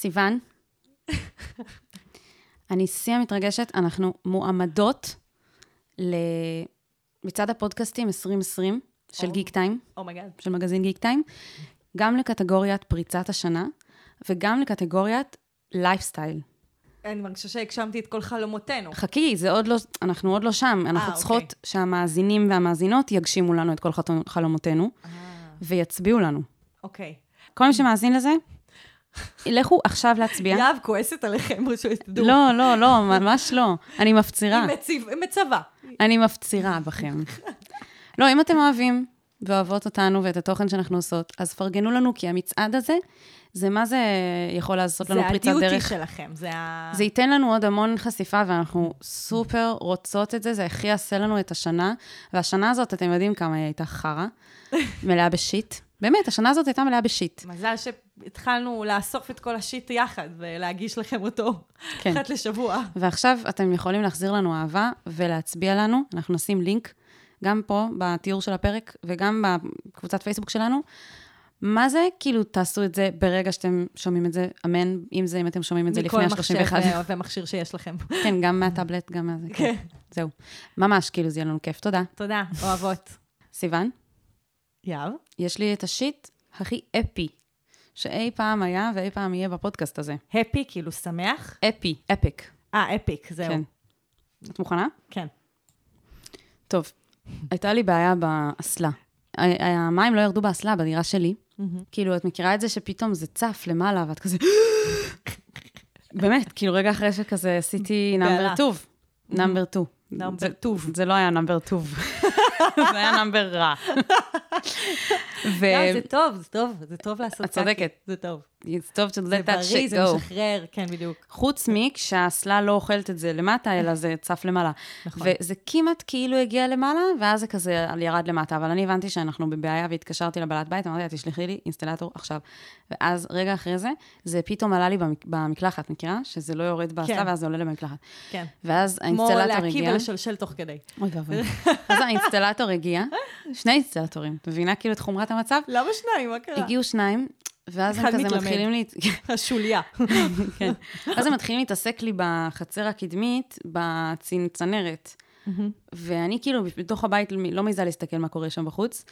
סיוון, אני שיא המתרגשת, אנחנו מועמדות למצעד הפודקאסטים 2020 של גיק טיים, של מגזין גיק טיים, גם לקטגוריית פריצת השנה, וגם לקטגוריית לייפסטייל. אני מרגישה שהגשמתי את כל חלומותינו. חכי, זה עוד לא, אנחנו עוד לא שם, אנחנו צריכות שהמאזינים והמאזינות יגשימו לנו את כל חלומותינו, ויצביעו לנו. אוקיי. כל מי שמאזין לזה, לכו עכשיו להצביע. יאב כועסת עליכם, רשו שתדעו. לא, ממש לא. אני מפצירה. היא מצווה. אני מפצירה בכם. לא, אם אתם אוהבים ואוהבות אותנו ואת התוכן שאנחנו עושות, אז פרגנו לנו, כי המצעד הזה, זה מה זה יכול לעשות לנו פריצת דרך. זה הדיוטי שלכם. זה ייתן לנו עוד המון חשיפה, ואנחנו סופר רוצות את זה, זה הכי יעשה לנו את השנה, והשנה הזאת, אתם יודעים כמה היא הייתה חרה, מלאה בשיט. באמת, השנה הזאת הייתה מלאה בשיט. מזל שהתחלנו לאסוף את כל השיט יחד, ולהגיש לכם אותו אחת לשבוע. ועכשיו אתם יכולים להחזיר לנו אהבה, ולהצביע לנו. אנחנו נשים לינק, גם פה, בתיאור של הפרק, וגם בקבוצת פייסבוק שלנו. מה זה? כאילו, תעשו את זה ברגע שאתם שומעים את זה, אמן, אם אתם שומעים את זה לפני ה-31. מכל מחשב ומכשיר שיש לכם. כן, גם מהטאבלט, גם מהזה. כן. זהו. ממש, כאילו, זה יהיה לנו כיף. תודה. תודה, אוהבות. סיוון? יאב? יש לי את השיט הכי אפי, שאי פעם היה ואי פעם יהיה בפודקאסט הזה. הפי, כאילו שמח? אפי, אפיק. אפיק, זהו. כן. את מוכנה? כן. טוב, הייתה לי בעיה באסלה. המים לא ירדו באסלה, בדירה שלי. כאילו, את מכירה את זה שפתאום זה צף למעלה, ואת כזה... באמת, כאילו, רגע אחרי שכזה עשיתי נאמבר טוב. נאמבר טוב. נאמבר טוב. זה לא היה נאמבר טוב. זה היה נאמבר רע. זה טוב, זה טוב. זה טוב לעשות קאקי. את צודקת. זה טוב. It's טוב to let that shit go. זה בריא, זה משחרר, כן, בדיוק. חוץ מכשהאסלה לא אוכלת את זה למטה, אלא זה צף למעלה. נכון. וזה כמעט כאילו הגיע למעלה, ואז זה כזה ירד למטה. אבל אני הבנתי שאנחנו בבעיה, והתקשרתי לבעלת בית, אמרתי לה, תשלחי לי אינסטלטור עכשיו. ואז רגע אחרי זה, זה פתאום עלה לי במקלחת, מכירה? שזה לא יורד באסלה, ואז זה עולה למקלחת. כן. ואז האינסטלטור הגיע. כמו להקיב ולשלשל תוך כדי. אוי ואבוי. אז האינסטלטור הגיע, שני אינסטלטורים. את מבינה כאילו את חומרת המצב? למה שניים? מה קרה? הגיעו שניים, ואז הם כזה מתחילים לי... השוליה. כן. אז הם מתחילים להתעסק לי בחצר הקדמית, בצנרת. ואני כאילו בתוך הבית לא מעיזה להסתכל מה קורה שם בחוץ.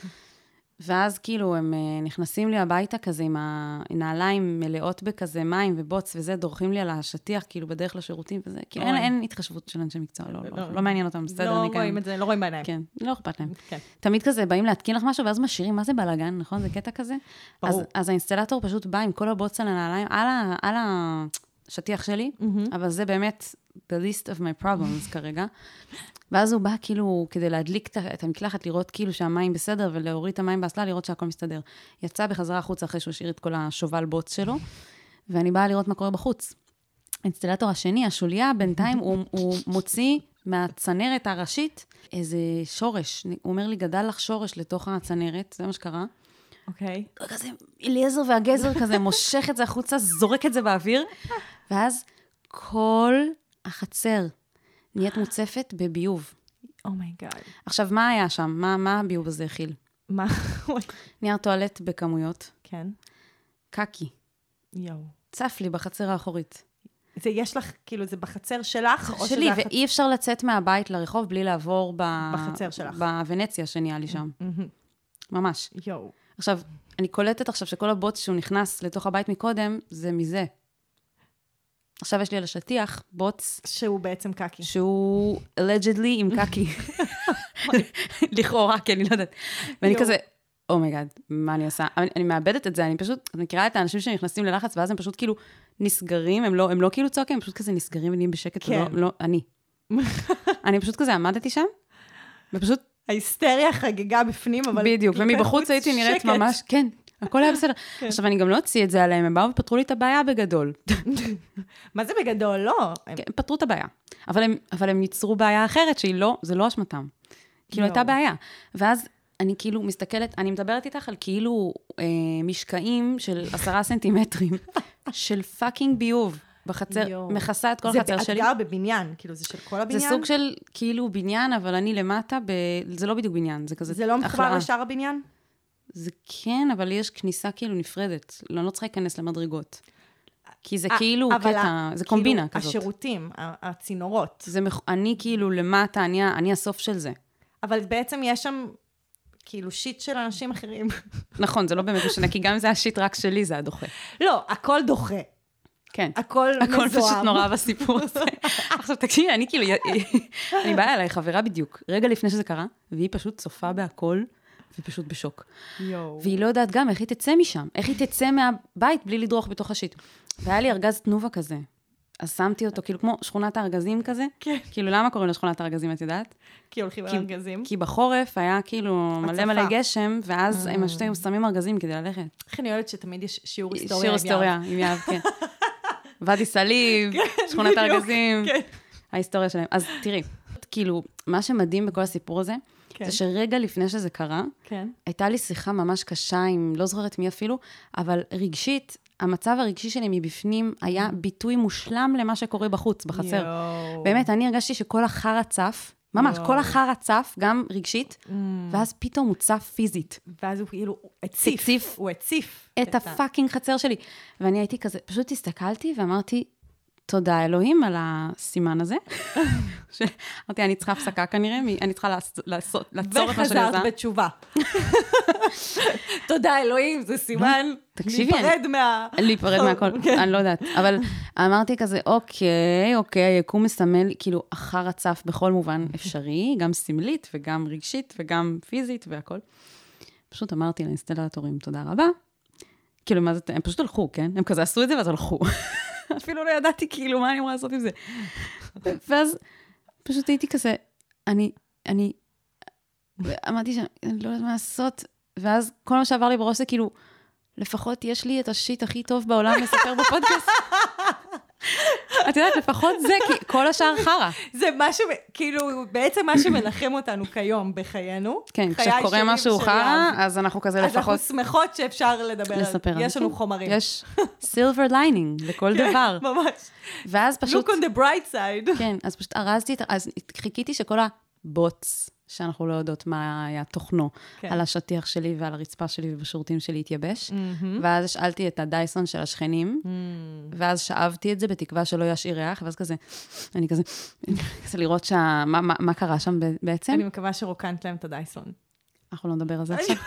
ואז כאילו הם נכנסים לי הביתה כזה עם הנעליים מלאות בכזה מים ובוץ וזה, דורכים לי על השטיח כאילו בדרך לשירותים וזה. כאילו אין התחשבות של אנשי מקצוע, לא מעניין אותם, בסדר. לא רואים את זה, לא רואים בעיניים. כן, לא אכפת להם. תמיד כזה באים להתקין לך משהו ואז משאירים, מה זה בלגן, נכון? זה קטע כזה. אז האינסטלטור פשוט בא עם כל הבוץ על הנעליים, על השטיח שלי, אבל זה באמת the list of my problems כרגע. ואז הוא בא כאילו כדי להדליק את המקלחת, לראות כאילו שהמים בסדר, ולהוריד את המים באסלה, לראות שהכל מסתדר. יצא בחזרה החוץ אחרי שהוא השאיר את כל השובל בוץ שלו, ואני באה לראות מה קורה בחוץ. האינסטלטור השני, השוליה, בינתיים הוא מוציא מהצנרת הראשית איזה שורש. הוא אומר לי, גדל לך שורש לתוך הצנרת, זה מה שקרה. אוקיי. כזה, אליעזר והגזר כזה, מושך את זה החוצה, זורק את זה באוויר, ואז כל החצר נהיית מוצפת בביוב. אומייגאד. עכשיו, מה היה שם? מה הביוב הזה הכיל? מה? נייר טואלט בכמויות. כן. קקי. יואו. צף לי בחצר האחורית. זה יש לך, כאילו, זה בחצר שלך? שלי, ואי אפשר לצאת מהבית לרחוב בלי לעבור בחצר שלך. בוונציה שנהיה לי שם. ממש. יואו. עכשיו, אני קולטת עכשיו שכל הבוץ שהוא נכנס לתוך הבית מקודם, זה מזה. עכשיו יש לי על השטיח בוץ. שהוא בעצם קקי. שהוא allegedly עם קקי. לכאורה, כי אני לא יודעת. ואני כזה, אומייגאד, מה אני עושה? אני מאבדת את זה, אני פשוט, אני מכירה את האנשים שנכנסים ללחץ, ואז הם פשוט כאילו נסגרים, הם לא כאילו צועקים, הם פשוט כזה נסגרים ונהיים בשקט, לא, אני פשוט כזה עמדתי שם, ופשוט... ההיסטריה חגגה בפנים, אבל... בדיוק, ומבחוץ הייתי נראית ממש, כן. הכל היה בסדר. עכשיו, אני גם לא הוציא את זה עליהם, הם באו ופתרו לי את הבעיה בגדול. מה זה בגדול? לא. פתרו את הבעיה. אבל הם ייצרו בעיה אחרת, זה לא אשמתם. כאילו, הייתה בעיה. ואז אני כאילו מסתכלת, אני מדברת איתך על כאילו משקעים של 10 סנטימטרים, של פאקינג ביוב בחצר, מכסה את כל החצר שלי. זה אתגר בבניין, כאילו, זה של כל הבניין? זה סוג של כאילו בניין, אבל אני למטה, זה לא בדיוק בניין, זה כזה... זה לא מחובר לשאר הבניין? זה כן, אבל יש כניסה כאילו נפרדת. לא צריכה להיכנס למדרגות. כי זה כאילו קטע, זה קומבינה כזאת. השירותים, הצינורות. אני כאילו למטה, אני הסוף של זה. אבל בעצם יש שם כאילו שיט של אנשים אחרים. נכון, זה לא באמת משנה, כי גם אם זה השיט רק שלי, זה הדוחה. לא, הכל דוחה. כן. הכל מזוהם. הכל פשוט נורא בסיפור הזה. עכשיו, תקשיבי, אני כאילו, אני באה אליי חברה בדיוק, רגע לפני שזה קרה, והיא פשוט צופה בהכל, ופשוט בשוק. והיא לא יודעת גם איך היא תצא משם, איך היא תצא מהבית בלי לדרוך בתוך השיט. והיה לי ארגז תנובה כזה. אז שמתי אותו, כאילו כמו שכונת הארגזים כזה. כן. כאילו, למה קוראים לשכונת הארגזים, את יודעת? כי הולכים על ארגזים. כי בחורף היה כאילו מלא גשם, ואז הם השתיים שמים ארגזים כדי ללכת. איך אני אוהבת שתמיד יש שיעור היסטוריה שיעור היסטוריה, עם יהב, כן. ואדי סליב, שכונת הארגזים, ההיסטוריה שלהם. אז תראי, כאילו, מה שמדהים בכל הסיפור הזה, זה שרגע לפני שזה קרה, הייתה לי שיחה ממש קשה עם, לא זוכרת מי אפילו, אבל רגשית, המצב הרגשי שלי מבפנים היה ביטוי מושלם למה שקורה בחוץ, בחצר. באמת, אני הרגשתי שכל החר צף, ממש, כל החר צף, גם רגשית, ואז פתאום הוא צף פיזית. ואז הוא כאילו הציף. הוא הציף. את הפאקינג חצר שלי. ואני הייתי כזה, פשוט הסתכלתי ואמרתי, תודה אלוהים על הסימן הזה. אמרתי, אני צריכה הפסקה כנראה, אני צריכה לעצור את מה שאני עושה. וחזרת בתשובה. תודה אלוהים, זה סימן להיפרד מהכל. אני לא יודעת. אבל אמרתי כזה, אוקיי, היקום מסמל, כאילו, אחר הצף בכל מובן אפשרי, גם סמלית וגם רגשית וגם פיזית והכל. פשוט אמרתי לאינסטלטורים, תודה רבה. כאילו, מה זה, הם פשוט הלכו, כן? הם כזה עשו את זה ואז הלכו. אפילו לא ידעתי כאילו מה אני אמורה לעשות עם זה. ואז פשוט הייתי כזה, אני אמרתי שאני לא יודעת מה לעשות, ואז כל מה שעבר לי בראש זה כאילו, לפחות יש לי את השיט הכי טוב בעולם לספר בפודקאסט. את יודעת, לפחות זה, כי כל השאר חרה. זה משהו, כאילו, בעצם מה שמנחם אותנו כיום בחיינו. כן, כשקורה משהו חרה, אז אנחנו כזה לפחות... אז אנחנו שמחות שאפשר לדבר על זה. יש לנו חומרים. יש silver lining לכל דבר. ממש. ואז פשוט... Look on the bright side. כן, אז פשוט ארזתי, אז חיכיתי שכל הבוטס, שאנחנו לא יודעות מה היה תוכנו, על השטיח שלי ועל הרצפה שלי ובשירותים שלי התייבש, ואז השאלתי את הדייסון של השכנים, ואז שאבתי את זה בתקווה שלא ישאיר ריח, ואז כזה, אני כזה לראות מה קרה שם בעצם. אני מקווה שרוקנת להם את הדייסון. אנחנו לא נדבר על זה עכשיו.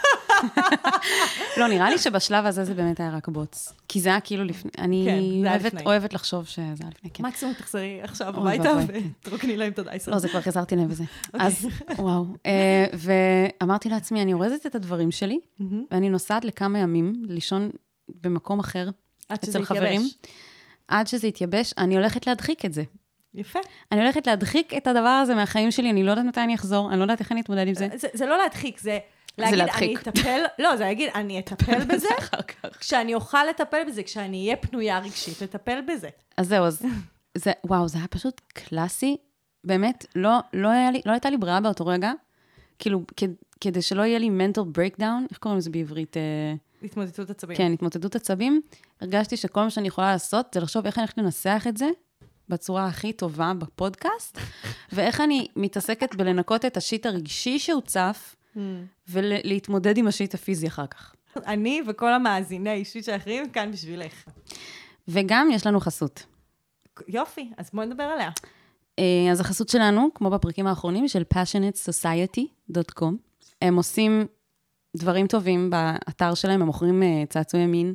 לא, נראה לי שבשלב הזה זה באמת היה רק בוטס. כי זה היה כאילו לפני, אני אוהבת לחשוב שזה היה לפני, כן. מקסימום תחזרי עכשיו הביתה ותרוקני להם את הדייסון. לא, זה כבר חזרתי להם בזה. אז, וואו. ואמרתי לעצמי, אני אורזת את הדברים שלי, ואני נוסעת לכמה ימים לישון במקום אחר, אצל חברים. עד שזה יתייבש, אני הולכת להדחיק את זה. יפה. אני הולכת להדחיק את הדבר הזה מהחיים שלי, אני לא יודעת מתי אני אחזור, אני לא יודעת איך אני אתמודד עם זה. זה לא להדחיק, זה להגיד, אני אטפל, לא, זה להגיד, אני אטפל בזה, כשאני אוכל לטפל בזה, כשאני אהיה פנויה רגשית, לטפל בזה. אז זהו, וואו, זה היה פשוט קלאסי, באמת, לא הייתה לי ברירה באותו רגע, כאילו, כדי שלא יהיה לי mental breakdown, איך קוראים לזה בעברית? התמוטטות עצבים. כן, התמוטטות עצבים, הרגשתי שכל מה שאני יכולה לעשות, זה לחשוב איך אני הולכת לנסח את זה, בצורה הכי טובה בפודקאסט, ואיך אני מתעסקת בלנקות את השיט הרגשי שהוצף, ולהתמודד עם השיט הפיזי אחר כך. אני וכל המאזיני אישית שאחרים כאן בשבילך. וגם יש לנו חסות. יופי, אז בואו נדבר עליה. אז החסות שלנו, כמו בפרקים האחרונים, של passionatesociety.com. הם עושים דברים טובים באתר שלהם, הם מוכרים צעצועי מין,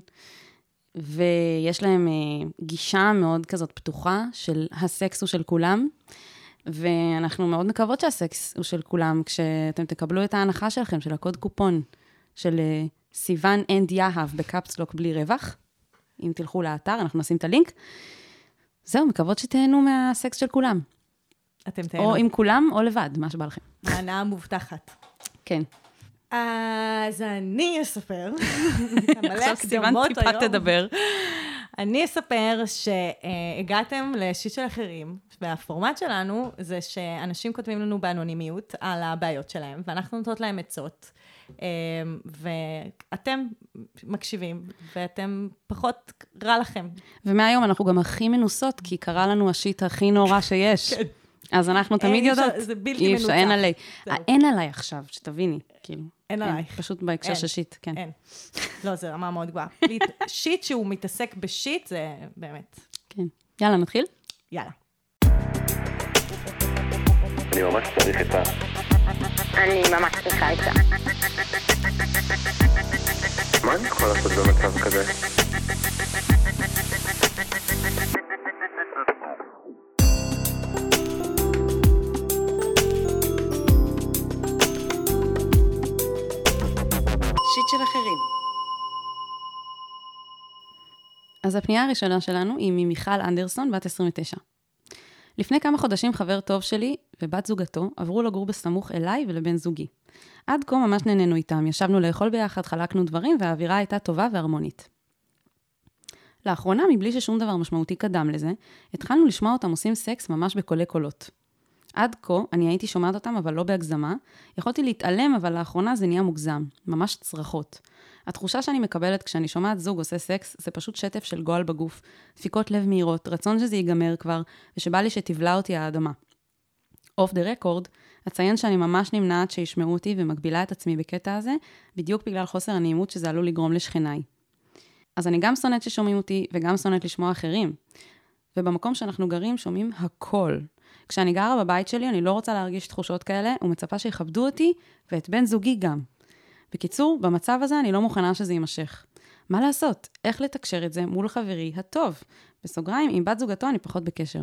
ויש להם גישה מאוד כזאת פתוחה של הסקס הוא של כולם, ואנחנו מאוד מקוות שהסקס הוא של כולם, כשאתם תקבלו את ההנחה שלכם, של הקוד קופון, של סיוון אנד יהב, בקפסלוק בלי רווח. אם תלכו לאתר, אנחנו נשים את הלינק. זהו, מקוות שתהנו מהסקס של כולם. אתם תהנו. או עם כולם, או לבד, מה שבא לכם. ההנאה מובטחת. כן. אז אני אספר. עכשיו סיוון טיפה תדבר. אני אספר שהגעתם לשיט של אחרים, והפורמט שלנו זה שאנשים כותבים לנו באנונימיות על הבעיות שלהם, ואנחנו נותנות להם עצות, ואתם מקשיבים, ואתם פחות רע לכם. ומהיום אנחנו גם הכי מנוסות, כי קרה לנו השיט הכי נורא שיש. אז אנחנו תמיד יודעות. זה בלתי מנוצח. אין עליי עכשיו, שתביני, כאילו. אין עלייך. פשוט בהקשר של שיט, כן. אין. לא, זה רמה מאוד גבוהה. שיט שהוא מתעסק בשיט, זה באמת. כן. יאללה, נתחיל? יאללה. אני ממש צריך את אני ממש צריכה את זה. מה אני יכול לעשות במצב כזה? שיט של אחרים. אז הפנייה הראשונה שלנו היא ממיכל אנדרסון, בת 29. לפני כמה חודשים חבר טוב שלי ובת זוגתו עברו לגור בסמוך אליי ולבן זוגי. עד כה ממש נהנינו איתם, ישבנו לאכול ביחד, חלקנו דברים והאווירה הייתה טובה והרמונית. לאחרונה, מבלי ששום דבר משמעותי קדם לזה, התחלנו לשמוע אותם עושים סקס ממש בקולי קולות. עד כה, אני הייתי שומעת אותם, אבל לא בהגזמה. יכולתי להתעלם, אבל לאחרונה זה נהיה מוגזם. ממש צרחות. התחושה שאני מקבלת כשאני שומעת זוג עושה סקס, זה פשוט שטף של גועל בגוף, דפיקות לב מהירות, רצון שזה ייגמר כבר, ושבא לי שתבלע אותי האדמה. אוף דה רקורד, אציין שאני ממש נמנעת שישמעו אותי ומגבילה את עצמי בקטע הזה, בדיוק בגלל חוסר הנעימות שזה עלול לגרום לשכניי. אז אני גם שונאת ששומעים אותי, וגם שונאת לשמוע אחרים. ובמקום שאנחנו גרים, שומעים הכל. כשאני גרה בבית שלי, אני לא רוצה להרגיש תחושות כאלה, ומצפה שיכבדו אותי, ואת בן זוגי גם. בקיצור, במצב הזה אני לא מוכנה שזה יימשך. מה לעשות? איך לתקשר את זה מול חברי הטוב? בסוגריים, עם בת זוגתו אני פחות בקשר.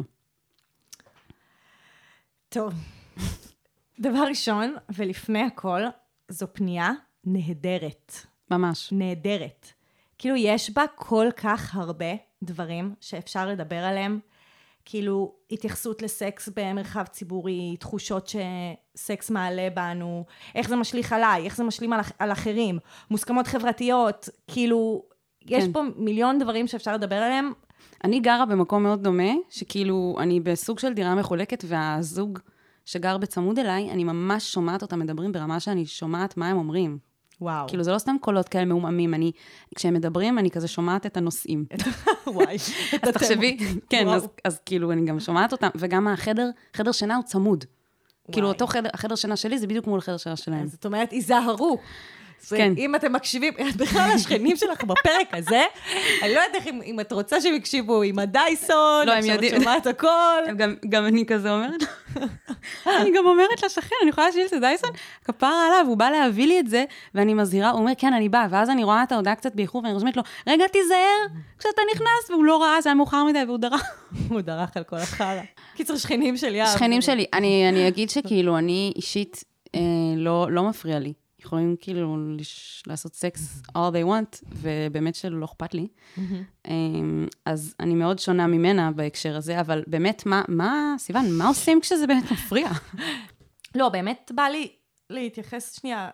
טוב. דבר ראשון, ולפני הכל, זו פנייה נהדרת. ממש. נהדרת. כאילו, יש בה כל כך הרבה דברים שאפשר לדבר עליהם, כאילו, התייחסות לסקס במרחב ציבורי, תחושות שסקס מעלה בנו, איך זה משליך עליי, איך זה משלים על אחרים, מוסכמות חברתיות, כאילו, יש פה מיליון דברים שאפשר לדבר עליהם. אני גרה במקום מאוד דומה, שכאילו, אני בסוג של דירה מחולקת, והזוג שגר בצמוד אליי, אני ממש שומעת אותם מדברים ברמה שאני שומעת מה הם אומרים. וואו. כאילו, זה לא סתם קולות כאלה מעוממים, כשהם מדברים, אני כזה שומעת את הנושאים. וואי. אז תחשבי, כן, אז כאילו, אני גם שומעת אותם, וגם חדר שינה הוא צמוד. כאילו, אותו החדר שינה שלי, זה בדיוק מול החדר שינה שלהם. זאת אומרת, היזהרו. כן. אם אתם מקשיבים, בכלל השכנים שלך בפרק הזה, אני לא יודעת אם את רוצה שהם יקשיבו עם הדייסון, לא, הם יודעים. שומעת הכל. גם אני כזה אומרת, אני גם אומרת לשכן, אני יכולה להשאיל את הדייסון, כפרה עליו, הוא בא להביא לי את זה, ואני מזהירה, הוא אומר, כן, אני באה, ואז אני רואה את ההודעה קצת באיחור, ואני רושמת לו, רגע, תיזהר, כשאתה נכנס, והוא לא ראה, זה היה מאוחר מדי, והוא דרך. הוא דרך על כל החלה. קיצור, שכנים שלי. שכנים שלי, אני אגיד שכאילו, אני אישית לא מפריע לי. יכולים כאילו לעשות סקס all they want, ובאמת שלא אכפת לי. אז אני מאוד שונה ממנה בהקשר הזה, אבל באמת, סיוון, מה עושים כשזה באמת מפריע? לא, באמת בא לי להתייחס שנייה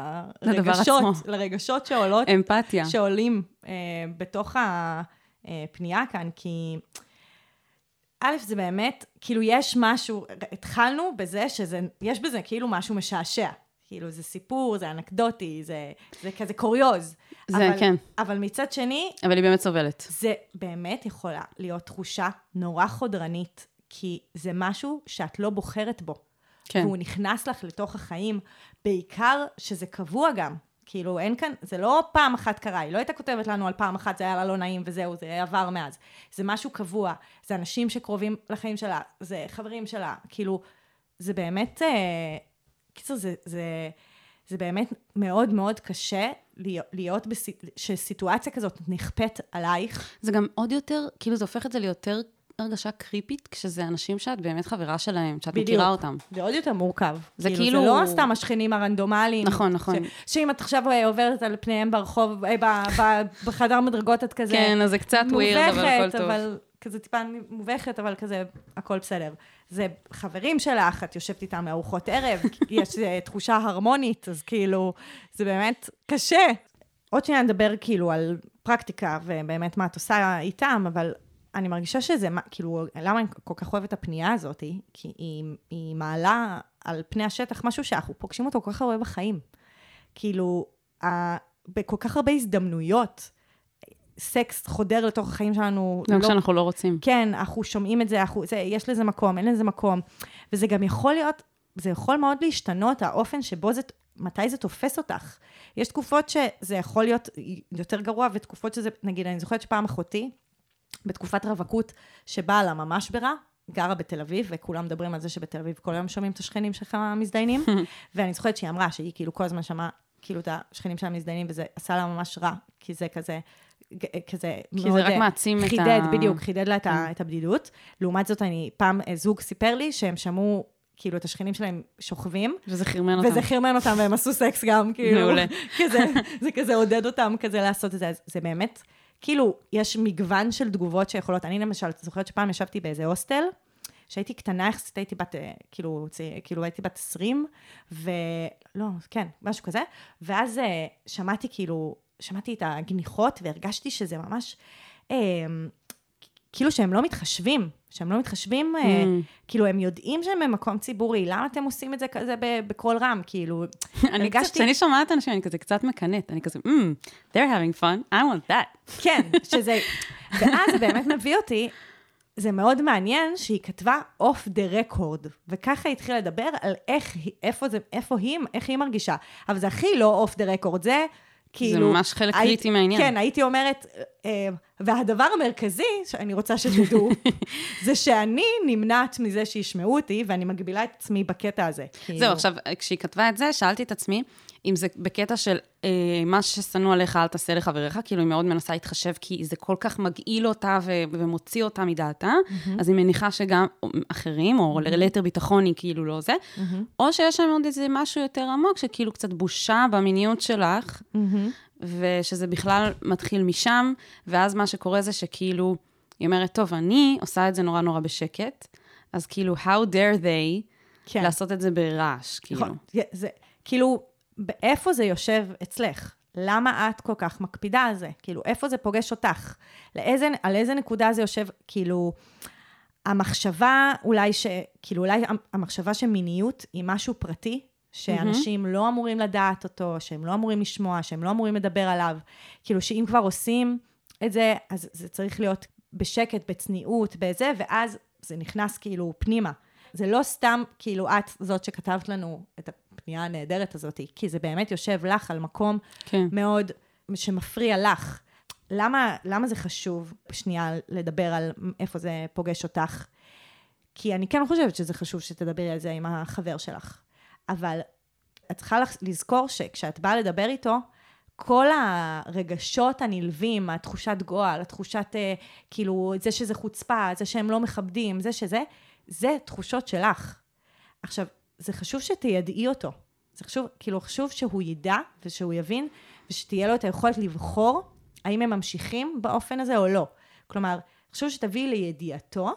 לרגשות שעולות. אמפתיה. שעולים בתוך הפנייה כאן, כי א', זה באמת, כאילו יש משהו, התחלנו בזה יש בזה כאילו משהו משעשע. כאילו, זה סיפור, זה אנקדוטי, זה כזה קוריוז. זה, כן. אבל מצד שני... אבל היא באמת סובלת. זה באמת יכולה להיות תחושה נורא חודרנית, כי זה משהו שאת לא בוחרת בו. כן. והוא נכנס לך לתוך החיים, בעיקר שזה קבוע גם. כאילו, אין כאן, זה לא פעם אחת קרה, היא לא הייתה כותבת לנו על פעם אחת, זה היה לה לא נעים וזהו, זה עבר מאז. זה משהו קבוע, זה אנשים שקרובים לחיים שלה, זה חברים שלה, כאילו, זה באמת... קיצור, זה באמת מאוד מאוד קשה להיות שסיטואציה כזאת נכפת עלייך. זה גם עוד יותר, כאילו זה הופך את זה ליותר הרגשה קריפית, כשזה אנשים שאת באמת חברה שלהם, שאת מכירה אותם. זה עוד יותר מורכב. זה כאילו... זה לא סתם השכנים הרנדומליים. נכון. שאם את עכשיו עוברת על פניהם ברחוב, בחדר מדרגות את כזה... כן, אז זה קצת ווירד, אבל הכל טוב. אבל כזה טיפה מובכת, אבל כזה הכל בסדר. זה חברים שלך, את יושבת איתם לארוחות ערב, יש תחושה הרמונית, אז כאילו, זה באמת קשה. עוד שניה נדבר כאילו על פרקטיקה, ובאמת מה את עושה איתם, אבל אני מרגישה שזה, כאילו, למה אני כל כך אוהבת את הפנייה הזאת? כי היא מעלה על פני השטח משהו שאנחנו פוגשים אותו כל כך הרבה בחיים. כאילו, בכל כך הרבה הזדמנויות, סקס חודר לתוך החיים שלנו. גם כשאנחנו לא רוצים. כן, אנחנו שומעים את זה, יש לזה מקום, אין לזה מקום. וזה גם יכול להיות, זה יכול מאוד להשתנות, האופן שבו זה מתי זה תופס אותך. יש תקופות שזה יכול להיות יותר גרוע, ותקופות שזה, נגיד, אני זוכרת שפעם אחותי, בתקופת רווקות, שבאה לה ממש ברע, גרה בתל אביב, וכולם מדברים על זה שבתל אביב כל היום שומעים את השכנים שלך מזדיינים, ואני זוכרת שהיא אמרה שהיא כאילו כל הזמן שמעה, כאילו את השכנים שלה מזדיינים, וזה עשה לה ממש רע, כי זה כזה כי זה רק מעצים את ה... בדיוק, חידד לה את הבדידות. לעומת זאת, פעם זוג סיפר לי שהם שמעו כאילו את השכנים שלהם שוכבים. וזה חרמן אותם. והם עשו סקס גם, כאילו. מעולה. זה כזה עודד אותם כזה לעשות את זה. זה באמת, כאילו, יש מגוון של תגובות שיכולות. אני למשל, זוכרת שפעם ישבתי באיזה הוסטל, שהייתי קטנה, הייתי בת, כאילו הייתי בת 20, לא, כן, משהו כזה. ואז שמעתי את הגניחות, והרגשתי שזה ממש, כאילו שהם לא מתחשבים, כאילו הם יודעים שהם במקום ציבורי, למה אתם עושים את זה כזה בקול רם, כאילו, כשאני שומעת אנשים, אני כזה קצת מקנית, אני כזה, they're having fun, I want that. כן, ואז זה באמת מביא אותי, זה מאוד מעניין שהיא כתבה off the record, וככה היא התחילה לדבר על איך היא מרגישה, אבל זה הכי לא off the record, זה כאילו... זה ממש חלק קריטי מהעניין. כן, הייתי אומרת, והדבר המרכזי שאני רוצה שתדעו, זה שאני נמנעת מזה שישמעו אותי, ואני מגבילה את עצמי בקטע הזה. זהו, עכשיו, כשהיא כתבה את זה, שאלתי את עצמי, אם זה בקטע של מה ששנוא עליך, אל תעשה לחבריך, כאילו היא מאוד מנסה להתחשב, כי זה כל כך מגעיל אותה ומוציא אותה מדעתה, אז היא מניחה שגם אחרים, או ליתר ביטחון היא כאילו לא זה, או שיש שם עוד איזה משהו יותר עמוק, שכאילו קצת בושה במיניות שלך, ושזה בכלל מתחיל משם, ואז מה שקורה זה שכאילו, היא אומרת, טוב, אני עושה את זה נורא נורא בשקט, אז כאילו, how dare they לעשות את זה ברעש, כאילו. כאילו, איפה זה יושב אצלך? למה את כל כך מקפידה על זה? כאילו, איפה זה פוגש אותך? על איזה נקודה זה יושב? כאילו, המחשבה אולי המחשבה שמיניות היא משהו פרטי, שאנשים לא אמורים לדעת אותו, שהם לא אמורים לשמוע, שהם לא אמורים לדבר עליו. כאילו, שאם כבר עושים את זה, אז זה צריך להיות בשקט, בצניעות, בזה, ואז זה נכנס כאילו פנימה. זה לא סתם כאילו את זאת שכתבת לנו את הפנייה הנהדרת הזאת, כי זה באמת יושב לך על מקום מאוד שמפריע לך. למה זה חשוב שנייה לדבר על איפה זה פוגש אותך? כי אני כן חושבת שזה חשוב שתדברי על זה עם החבר שלך. אבל את צריכה לזכור שכשאת באה לדבר איתו, כל הרגשות הנלווים, התחושת גועל, התחושת כאילו, זה שזה חוצפה, זה שהם לא מכבדים, זה תחושות שלך. עכשיו, זה חשוב שתיידעי אותו. זה חשוב שהוא ידע ושהוא יבין, ושתהיה לו את היכולת לבחור האם הם ממשיכים באופן הזה או לא. כלומר, חשוב שתביאי לידיעתו,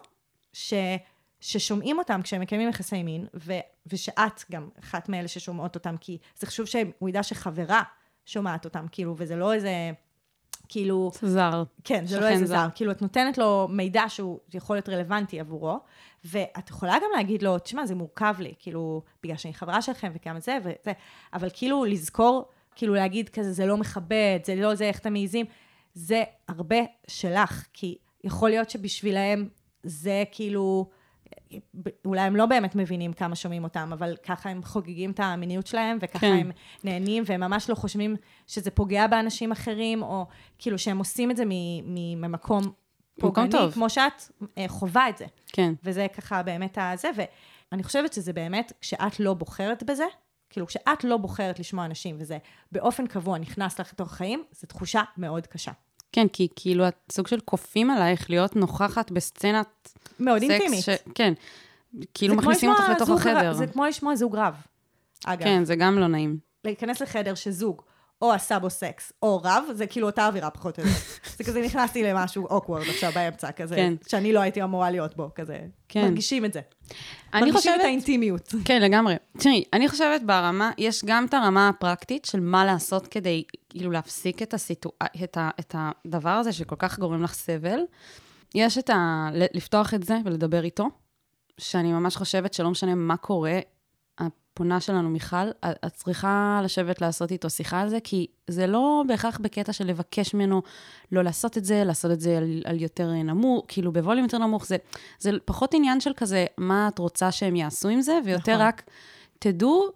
ששומעים אותם כשהם מקיימים יחסי מין, ושאת גם אחת מאלה ששומעות אותם, כי זה חשוב שהוא ידע שחברה שומעת אותם, כאילו, וזה לא איזה, כאילו... זר. כן, זה לא איזה זר. כאילו, את נותנת לו מידע שהוא יכול להיות רלוונטי עבורו, ואת יכולה גם להגיד לו, תשמע, זה מורכב לי, כאילו, בגלל שאני חברה שלכם וכמה זה, אבל כאילו, לזכור, כאילו, להגיד כזה, זה לא מכבד, זה לא זה, איך אתם מעיזים, זה הרבה שלך, כי יכול להיות שבשבילהם זה כאילו... אולי הם לא באמת מבינים כמה שומעים אותם, אבל ככה הם חוגגים את המיניות שלהם, וככה הם נהנים, והם ממש לא חושבים שזה פוגע באנשים אחרים, או כאילו שהם עושים את זה ממקום פוגעני, כמו שאת חובה את זה. כן. וזה ככה באמת הזה, ואני חושבת שזה באמת, כשאת לא בוחרת בזה, כאילו כשאת לא בוחרת לשמוע אנשים, וזה באופן קבוע נכנס לך לתוך החיים, זו תחושה מאוד קשה. כן, כי כאילו הסוג של קופים עלייך להיות נוכחת בסצנת מאוד אינטימית. כן, כאילו מכניסים אותך לתוך החדר. זה כמו לשמוע זוג רב, אגב. כן, זה גם לא נעים. להיכנס לחדר שזוג, או עשה בו סקס, או רב, זה כאילו אותה אווירה פחות או יותר. זה כזה נכנסתי למשהו awkward עכשיו באמצע, כזה, שאני לא הייתי אמורה להיות בו, כזה. מרגישים את זה. מרגישים את האינטימיות. כן, לגמרי. תראי, אני חושבת ברמה, יש גם את הרמה הפרקטית של מה לעשות כדי, כאילו, להפסיק את הדבר הזה שכל כך גורם לך סבל. יש לפתוח את זה ולדבר איתו, שאני ממש חושבת שלא משנה מה קורה, הפונה שלנו מיכל, את צריכה לשבת לעשות איתו שיחה על זה, כי זה לא בהכרח בקטע של לבקש ממנו לא לעשות את זה, לעשות את זה על יותר נמוך, כאילו בווליום יותר נמוך, זה פחות עניין של כזה, מה את רוצה שהם יעשו עם זה, ויותר רק תדעו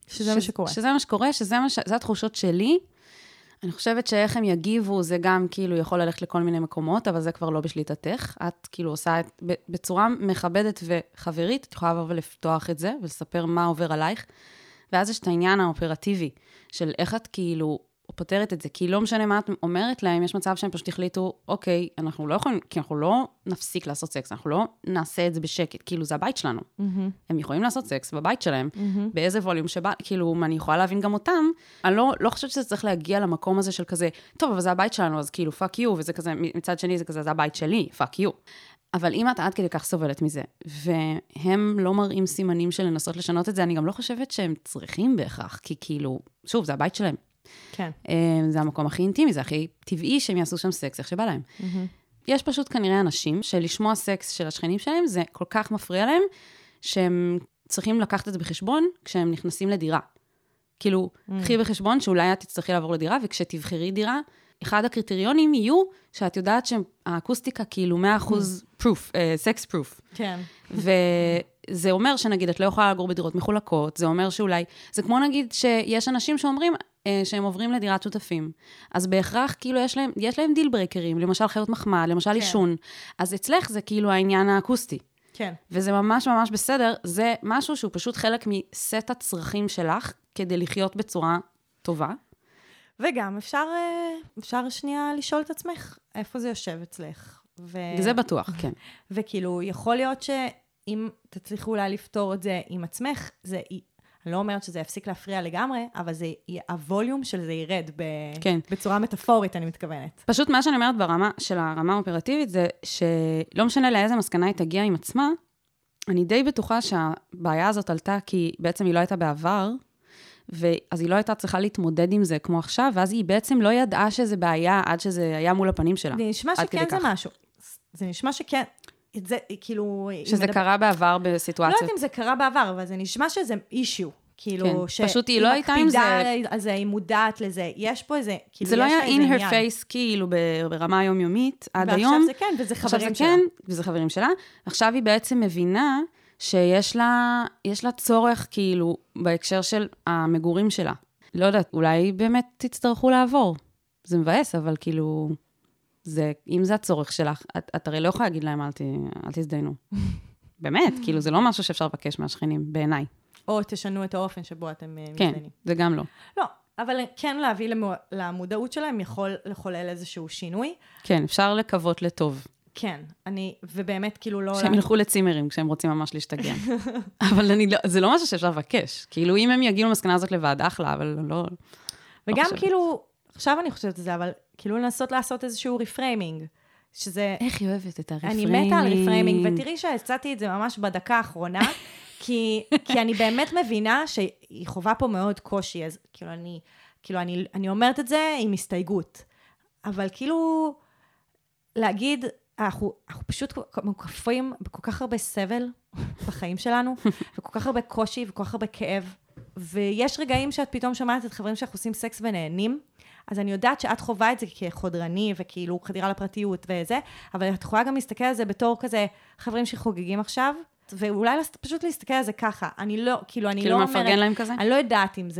שזה מה שקורה. שזה מה שקורה, זה התחושות שלי. אני חושבת שאיך הם יגיבו, זה גם כאילו יכול ללכת לכל מיני מקומות, אבל זה כבר לא בשליטתך. את כאילו עושה בצורה מכבדת וחברית, את יכולה לבוא ולפתוח את זה, ולספר מה עובר עלייך. ואז יש את העניין האופרטיבי, של איך את כאילו פותרת את זה, כי לא משנה מה את אומרת להם, יש מצב שהם פשוט החליטו, אוקיי, אנחנו לא יכולים, כי אנחנו לא נפסיק לעשות סקס, אנחנו לא נעשה את זה בשקט, כאילו זה הבית שלנו. הם יכולים לעשות סקס בבית שלהם, באיזה ווליום שבא, כאילו, אני יכולה להבין גם אותם, אני לא חושבת שזה צריך להגיע למקום הזה של כזה, טוב, אבל זה הבית שלנו, אז כאילו, fuck you, וזה כזה, מצד שני זה כזה, זה הבית שלי, fuck you. אבל אם את עד כדי כך סובלת מזה, והם לא מראים סימנים של לנסות לשנות את זה, אני גם לא חושבת שהם צריכים בהכרח, כי כאילו, שוב, זה הבית שלהם. כן. זה המקום הכי אינטימי, זה הכי טבעי שהם יעשו שם סקס, איך שבא להם. יש פשוט כנראה אנשים שלשמוע סקס של השכנים שלהם, זה כל כך מפריע להם, שהם צריכים לקחת את זה בחשבון כשהם נכנסים לדירה. כאילו, קחי בחשבון שאולי את תצטרכי לעבור לדירה, וכשתבחרי דירה, אחד הקריטריונים יהיו שאת יודעת שהאקוסטיקה כאילו 100% proof, sex proof. כן. וזה אומר שנגיד, את לא יכולה לגור בדירות מחולקות, זה אומר שאולי, זה כמו נגיד שיש אנשים שאומרים שהם עוברים לדירת שותפים. אז בהכרח כאילו יש להם דיל ברקרים, למשל חיות מחמד, למשל אישון. אז אצלך זה כאילו העניין האקוסטי. כן. וזה ממש ממש בסדר, זה משהו שהוא פשוט חלק מסט הצרכים שלך, כדי לחיות בצורה טובה. וגם אפשר שנייה לשאול את עצמך, איפה זה יושב אצלך. זה בטוח, כן. וכאילו, יכול להיות שאם תצליחו אולי לפתור את זה עם עצמך, אני לא אומרת שזה יפסיק להפריע לגמרי, אבל הווליום של זה ירד בצורה מטאפורית, אני מתכוונת. פשוט מה שאני אומרת ברמה של הרמה האופרטיבית, זה שלא משנה לאיזה מסקנה היא תגיע עם עצמה, אני די בטוחה שהבעיה הזאת עלתה, כי בעצם היא לא הייתה בעבר, אז היא לא הייתה צריכה להתמודד עם זה כמו עכשיו, ואז היא בעצם לא ידעה שזה בעיה, עד שזה היה מול הפנים שלה. זה נשמע שכן זה משהו. זה נשמע שכן, זה כאילו... שזה קרה בעבר בסיטואציות. לא יודעת אם זה קרה בעבר, אבל זה נשמע שזה אישיו. כאילו, פשוט היא לא הייתה עם זה... על זה, היא מודעת לזה, יש פה איזה... זה לא היה in her face, כאילו, ברמה היומיומית, עד היום. ועכשיו זה כן, וזה חברים שלה. וזה חברים שלה. עכשיו היא בעצם מבינה שיש לה צורך, כאילו, בהקשר של המגורים שלה. לא יודעת, אולי באמת תצטרכו לעבור. זה מבאס, אבל כאילו, אם זה הצורך שלך, את הרי לא יכולה להגיד להם, אל תזדיינו. באמת, כאילו, זה לא משהו שאפשר לבקש מהשכנים, בעיניי. או תשנו את האופן שבו אתם כן, מזדיינים. זה גם לא. לא, אבל כן להביא למודעות שלהם יכול לחולל איזשהו שינוי. כן, אפשר לקוות לטוב. כן, ובאמת כאילו לא... שהם ילכו לצימרים כשהם רוצים ממש להשתגע. אבל זה לא משהו שאפשר לבקש. כאילו, אם הם יגיעו למסקנה הזאת לבד, אחלה, אבל לא... וגם כאילו, עכשיו אני חושבת את זה, אבל כאילו לנסות לעשות איזשהו רפריימינג. שזה... איך היא אוהבת את הרפריימינג? אני מתה על רפריימינג, ותראי שהצעתי את זה ממש בדקה האחרונה, כי אני באמת מבינה שהיא חובה פה מאוד קושי, אז כאילו אני אומרת את זה עם הסתייגות. אבל כאילו, להגיד, אנחנו פשוט מוקפים בכל כך הרבה סבל בחיים שלנו, וכל כך הרבה קושי וכל כך הרבה כאב, ויש רגעים שאת פתאום שומעת את חברים שאנחנו עושים סקס ונהנים, אז אני יודעת שאת חובה את זה כחודרני, וכאילו חדירה לפרטיות וזה, אבל את יכולה גם להסתכל על זה בתור כזה חברים שחוגגים עכשיו, ואולי פשוט להסתכל על זה ככה. אני לא, כאילו אני לא אומרת... כאילו מפרגן להם כזה? אני לא יודעת אם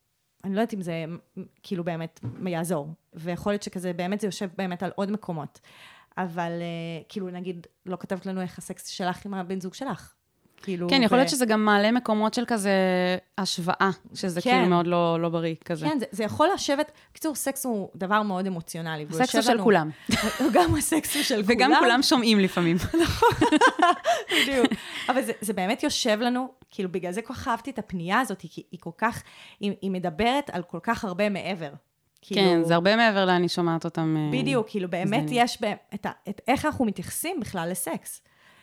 זה, כאילו באמת יעזור. ויכול להיות שכזה, באמת זה יושב באמת על עוד מקומות. אבל כאילו נגיד, לא כתבת לנו איך הסקס שלך עם הבן זוג שלך. כאילו, כן, יכול להיות שזה גם מעלה מקומות של כזה השוואה, שזה כאילו מאוד לא בריא כזה. כן, זה יכול לשבת, בקיצור, סקס הוא דבר מאוד אמוציונלי. הסקס הוא של כולם. גם הסקס הוא של כולם. וגם כולם שומעים לפעמים. נכון, בדיוק. אבל זה באמת יושב לנו, כאילו בגלל זה כל כך אהבתי את הפנייה הזאת, כי היא כל כך, היא מדברת על כל כך הרבה מעבר. כן, זה הרבה מעבר לאני שומעת אותם. בדיוק, כאילו באמת יש את איך אנחנו מתייחסים בכלל לסקס.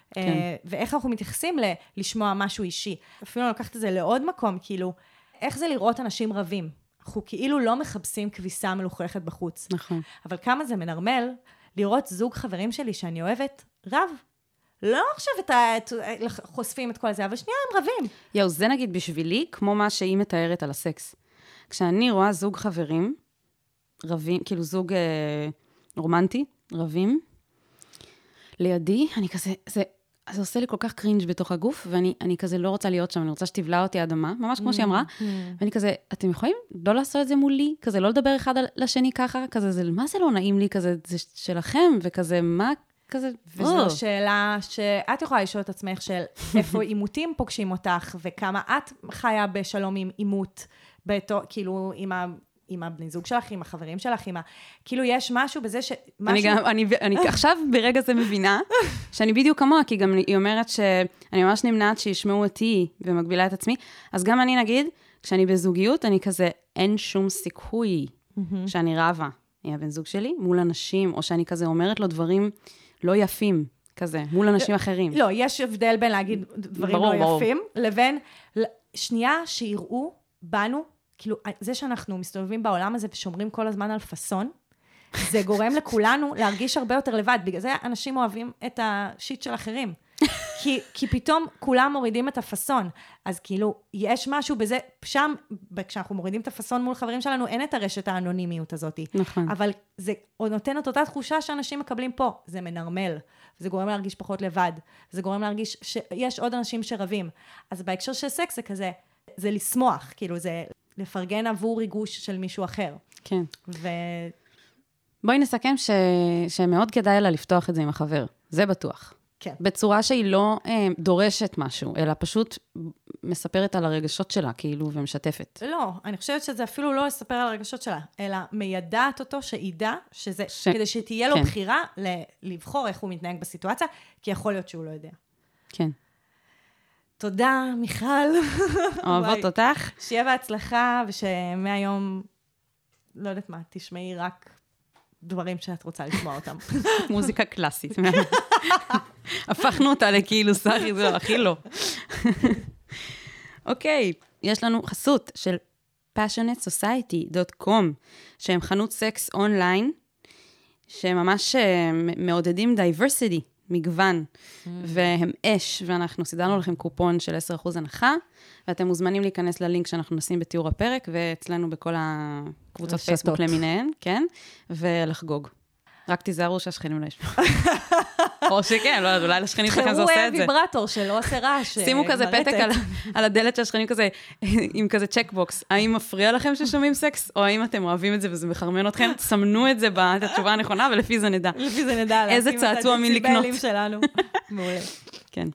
ואיך אנחנו מתייחסים לשמוע משהו אישי. אפילו לקחת את זה לעוד מקום, כאילו, איך זה לראות אנשים רבים? אנחנו כאילו לא מחפשים כביסה מלוכלכת בחוץ. נכון. אבל כמה זה מנרמל לראות זוג חברים שלי שאני אוהבת רב. לא עכשיו חושפים את כל זה, אבל שנייה הם רבים. יאו, זה נגיד בשבילי, כמו מה שהיא מתארת על הסקס. כשאני רואה זוג חברים רבים, כאילו זוג רומנטי, רבים, לידי, אני כזה, אז זה עושה לי כל כך קרינג' בתוך הגוף, ואני כזה לא רוצה להיות שם, אני רוצה שתבלע אותי אדמה, ממש כמו שהיא אמרה, ואני כזה, אתם יכולים לא לעשות את זה מולי, כזה לא לדבר אחד לשני ככה, כזה, מה זה לא נעים לי, כזה, זה שלכם, וכזה, מה כזה, וזו שאלה שאת יכולה לשאול את עצמך של איפה עימותים פוגשים אותך, וכמה את חיה בשלום עם עימות, כאילו עם הבני זוג שלך, עם החברים שלך, כאילו יש משהו בזה אני עכשיו ברגע זה מבינה, שאני בדיוק כמוה, כי גם היא אומרת שאני ממש נמנעת שישמעו אותי ומגבילה את עצמי, אז גם אני נגיד, כשאני בזוגיות, אני כזה, אין שום סיכוי שאני רבה עם הבן זוג שלי, מול אנשים, או שאני כזה אומרת לו דברים לא יפים, כזה, מול אנשים אחרים. לא, יש הבדל בין להגיד דברים לא יפים, לבין שנייה שיראו בנו, כאילו, זה שאנחנו מסתובבים בעולם הזה ושומרים כל הזמן על פסון, זה גורם לכולנו להרגיש הרבה יותר לבד. בגלל זה אנשים אוהבים את השיט של אחרים. כי פתאום כולם מורידים את הפסון. אז כאילו, יש משהו בזה, שם, כשאנחנו מורידים את הפסון מול חברים שלנו, אין את הרשת האנונימיות הזאת. נכון. אבל זה נותן את אותה תחושה שאנשים מקבלים פה. זה מנרמל. זה גורם להרגיש פחות לבד. זה גורם להרגיש שיש עוד אנשים שרבים. אז בהקשר של סקס זה כזה, זה לשמוח, כאילו זה לפרגן עבור ריגוש של מישהו אחר. כן. בואי נסכם שמאוד כדאי לה לפתוח את זה עם החבר. זה בטוח. כן. בצורה שהיא לא דורשת משהו, אלא פשוט מספרת על הרגשות שלה, כאילו, ומשתפת. לא, אני חושבת שזה אפילו לא לספר על הרגשות שלה, אלא מיידעת אותו שידע שזה, כדי שתהיה לו בחירה לבחור איך הוא מתנהג בסיטואציה, כי יכול להיות שהוא לא יודע. כן. תודה, מיכל. אוהבות אותך. שיהיה בהצלחה, ושמהיום, לא יודעת מה, תשמעי רק דברים שאת רוצה לשמוע אותם. מוזיקה קלאסית. הפכנו אותה לכאילו סחי, זה הכי לא. אוקיי, יש לנו חסות של passionatesociety.com, שהם חנות סקס אונליין, שממש מעודדים diversity, מגוון, והם אש, ואנחנו סידרנו לכם קופון של 10% הנחה, ואתם מוזמנים להיכנס ללינק שאנחנו נשים בתיאור הפרק, ואצלנו בכל הקבוצות פייסבוק למיניהן, כן? ולחגוג. רק תיזהרו שהשכנים לא ישמעו. או שכן, לא, אולי לשכנים שלכם זה עושה את זה. תראו ויברטור שלא עושה רעש. שימו כזה פתק על הדלת של השכנים כזה, עם כזה צ'קבוקס. האם מפריע לכם ששומעים סקס, או האם אתם אוהבים את זה וזה מחרמן אתכם? סמנו את זה בתשובה הנכונה, ולפי זה נדע. לפי זה נדע. איזה צעצוע מין לקנות. שלנו. מעולה. כן.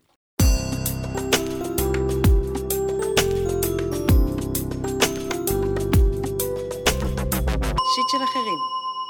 שיט של אחרים.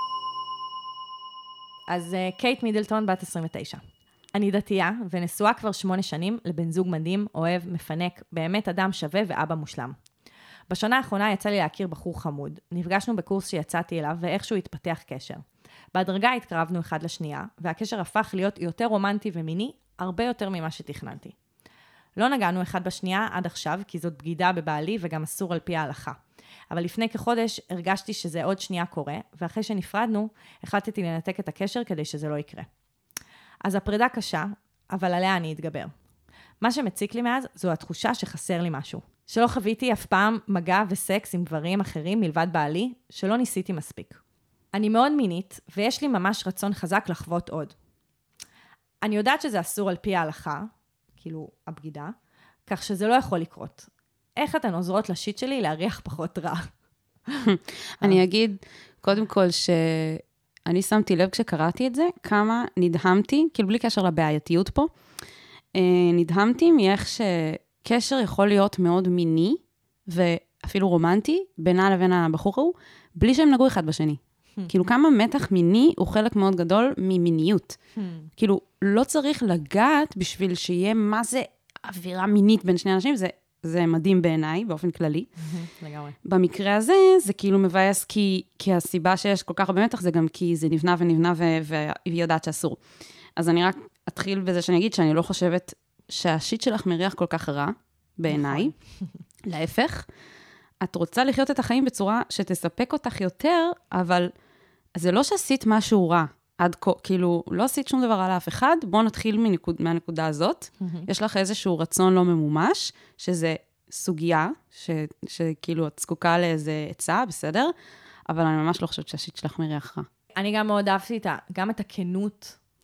אז קייט מידלטון, בת 29. אני דתייה, ונשואה כבר 8 שנים לבן זוג מדהים, אוהב, מפנק, באמת אדם שווה ואבא מושלם. בשנה האחרונה יצא לי להכיר בחור חמוד. נפגשנו בקורס שיצאתי אליו, ואיכשהו התפתח קשר. בהדרגה התקרבנו אחד לשנייה, והקשר הפך להיות יותר רומנטי ומיני, הרבה יותר ממה שתכננתי. לא נגענו אחד בשנייה עד עכשיו, כי זאת בגידה בבעלי וגם אסור על פי ההלכה. אבל לפני כחודש הרגשתי שזה עוד שנייה קורה, ואחרי שנפרדנו, החלטתי לנתק את הקשר כדי שזה לא יקרה. אז הפרידה קשה, אבל עליה אני אתגבר. מה שמציק לי מאז, זו התחושה שחסר לי משהו. שלא חוויתי אף פעם מגע וסקס עם גברים אחרים מלבד בעלי, שלא ניסיתי מספיק. אני מאוד מינית, ויש לי ממש רצון חזק לחוות עוד. אני יודעת שזה אסור על פי ההלכה, כאילו הבגידה, כך שזה לא יכול לקרות. איך אתן עוזרות לשיט שלי להריח פחות רע? אני אגיד, קודם כל, שאני שמתי לב כשקראתי את זה, כמה נדהמתי, כאילו בלי קשר לבעייתיות פה, נדהמתי מאיך שקשר יכול להיות מאוד מיני, ואפילו רומנטי, בינה לבין הבחור ההוא, בלי שהם נגעו אחד בשני. כאילו כמה מתח מיני הוא חלק מאוד גדול ממיניות. כאילו לא צריך לגעת בשביל שיהיה מה זה אווירה מינית בין שני אנשים, זה מדהים בעיניי, באופן כללי. לגמרי. במקרה הזה, זה כאילו מבאס, כי הסיבה שיש כל כך הרבה מתח, זה גם כי זה נבנה ונבנה, והיא יודעת שאסור. אז אני רק אתחיל בזה שאני אגיד, שאני לא חושבת שהשיט שלך מריח כל כך רע, בעיניי. להפך, את רוצה לחיות את החיים בצורה שתספק אותך יותר, אבל זה לא שעשית משהו רע. עד כה, כאילו, לא עשית שום דבר על אף אחד, בואו נתחיל מהנקודה הזאת. יש לך איזשהו רצון לא ממומש, שזה סוגיה, שכאילו את זקוקה לאיזה עצה, בסדר? אבל אני ממש לא חושבת שהשיט שלך מריח רע. אני גם מאוד אהבתי גם את הכנות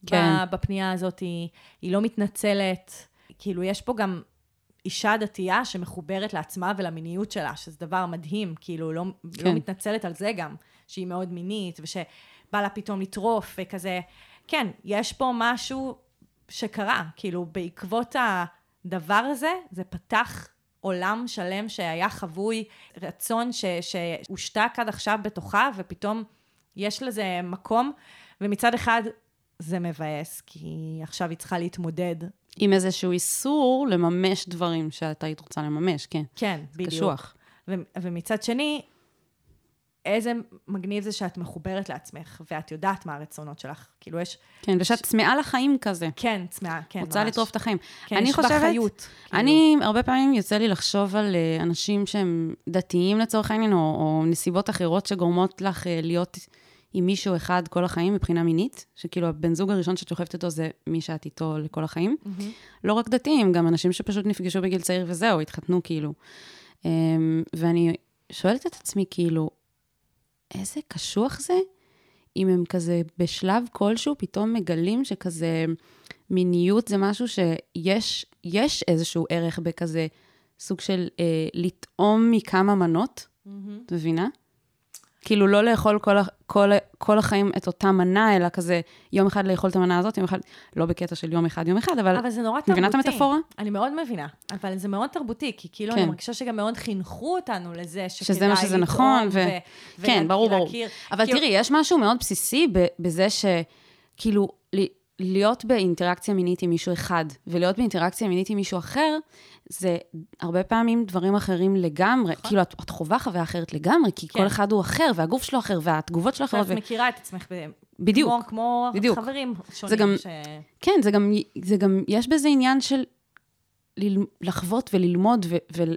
בפנייה הזאת, היא לא מתנצלת. כאילו, יש פה גם אישה דתייה שמחוברת לעצמה ולמיניות שלה, שזה דבר מדהים, כאילו, לא מתנצלת על זה גם, שהיא מאוד מינית, ושבא לה פתאום לטרוף, וכזה, כן, יש פה משהו שקרה, כאילו, בעקבות הדבר הזה, זה פתח עולם שלם שהיה חבוי, רצון שהושתק עד עכשיו בתוכה, ופתאום יש לזה מקום, ומצד אחד זה מבאס, כי עכשיו היא צריכה להתמודד. עם איזשהו איסור לממש דברים שאתה היית רוצה לממש, כן. כן, בדיוק. קשוח. ומצד שני, איזה מגניב זה שאת מחוברת לעצמך, ואת יודעת מה הרצונות שלך. כאילו יש... כן, ושאת צמאה לחיים כזה. כן, צמאה, כן, ממש. רוצה לטרוף את החיים. כן, יש בה חיות. אני, הרבה פעמים יוצא לי לחשוב על אנשים שהם דתיים לצורך העניין, או נסיבות אחרות שגורמות לך להיות עם מישהו אחד כל החיים מבחינה מינית, שכאילו הבן זוג הראשון שאת שוכבת איתו זה מי שאת איתו לכל החיים. לא רק דתיים, גם אנשים שפשוט נפגשו בגיל צעיר וזהו, התחתנו כאילו. ואני שואלת את עצמי כאילו, איזה קשוח זה, אם הם כזה בשלב כלשהו, פתאום מגלים שכזה מיניות זה משהו שיש איזשהו ערך בכזה סוג של לטעום מכמה מנות, את מבינה? כאילו לא לאכול כל החיים את אותה מנה, אלא כזה יום אחד לאכול את המנה הזאת, יום אחד, לא בקטע של יום אחד, אבל זה נורא תרבותי. מבינה את המטאפורה? אני מאוד מבינה, אבל זה מאוד תרבותי, כי כאילו אני מרגישה שגם מאוד חינכו אותנו לזה, שזה מה שזה נכון, כן, ברור. אבל תראי, יש משהו מאוד בסיסי בזה שכאילו להיות באינטראקציה מינית עם מישהו אחד, ולהיות באינטראקציה מינית עם מישהו אחר, זה הרבה פעמים דברים אחרים לגמרי, כאילו את חובה חוויה אחרת לגמרי, כי כל אחד הוא אחר, והגוף שלו אחר, והתגובות שלו אחרות. ואת מכירה את עצמך בדיוק. כמו חברים שונים. כן, זה גם, יש בזה עניין של לחוות וללמוד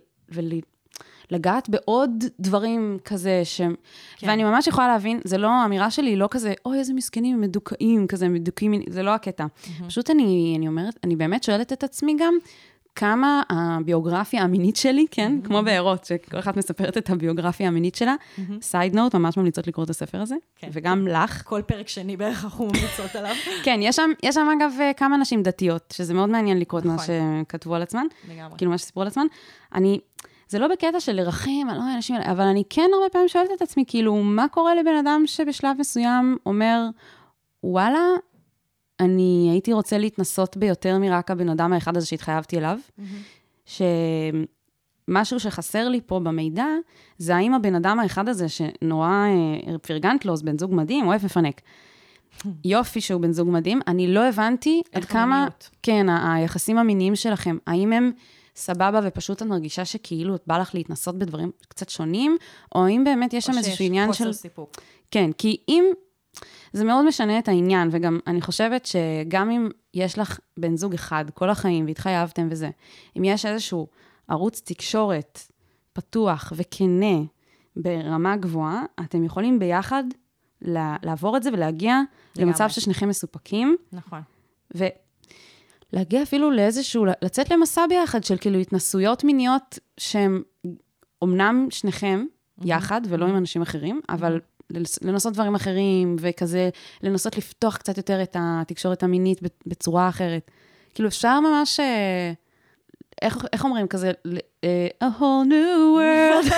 ולגעת בעוד דברים כזה, ואני ממש יכולה להבין, זה לא, האמירה שלי לא כזה, אוי, איזה מסכנים, מדוכאים, כזה מדוכאים, זה לא הקטע. פשוט אני אומרת, אני באמת שואלת את עצמי גם, כמה הביוגרפיה המינית שלי, כן? כמו בעירות, שכל אחת מספרת את הביוגרפיה המינית שלה. סייד נוט, ממש ממליצות לקרוא את הספר הזה. וגם לך. כל פרק שני בערך אנחנו ממליצות עליו. כן, יש שם אגב כמה נשים דתיות, שזה מאוד מעניין לקרוא את מה שכתבו על עצמן. כאילו מה שסיפרו על עצמן. זה לא בקטע של לרחם, אבל אני כן הרבה פעמים שואלת את עצמי, כאילו, מה קורה לבן אדם שבשלב מסוים אומר, וואלה, אני הייתי רוצה להתנסות ביותר מרק הבן אדם האחד הזה שהתחייבתי אליו, שמשהו שחסר לי פה במידע, זה האם הבן אדם האחד הזה שנורא פרגנת לו, זה בן זוג מדהים, אוהב מפנק. יופי שהוא בן זוג מדהים, אני לא הבנתי עד כמה, כן, היחסים המיניים שלכם, האם הם סבבה ופשוט את מרגישה שכאילו את בא לך להתנסות בדברים קצת שונים, או אם באמת יש שם איזשהו עניין של... סיפוק. כן, כי אם... זה מאוד משנה את העניין, וגם אני חושבת שגם אם יש לך בן זוג אחד כל החיים, והתחייבתם וזה, אם יש איזשהו ערוץ תקשורת פתוח וכנה ברמה גבוהה, אתם יכולים ביחד לעבור את זה ולהגיע למצב ששניכם מסופקים. נכון. ולהגיע אפילו לאיזשהו, לצאת למסע ביחד של כאילו התנסויות מיניות שהם אומנם שניכם יחד ולא עם אנשים אחרים, אבל לנסות דברים אחרים, וכזה, לנסות לפתוח קצת יותר את התקשורת המינית בצורה אחרת. כאילו, אפשר ממש, איך אומרים כזה, a whole new world.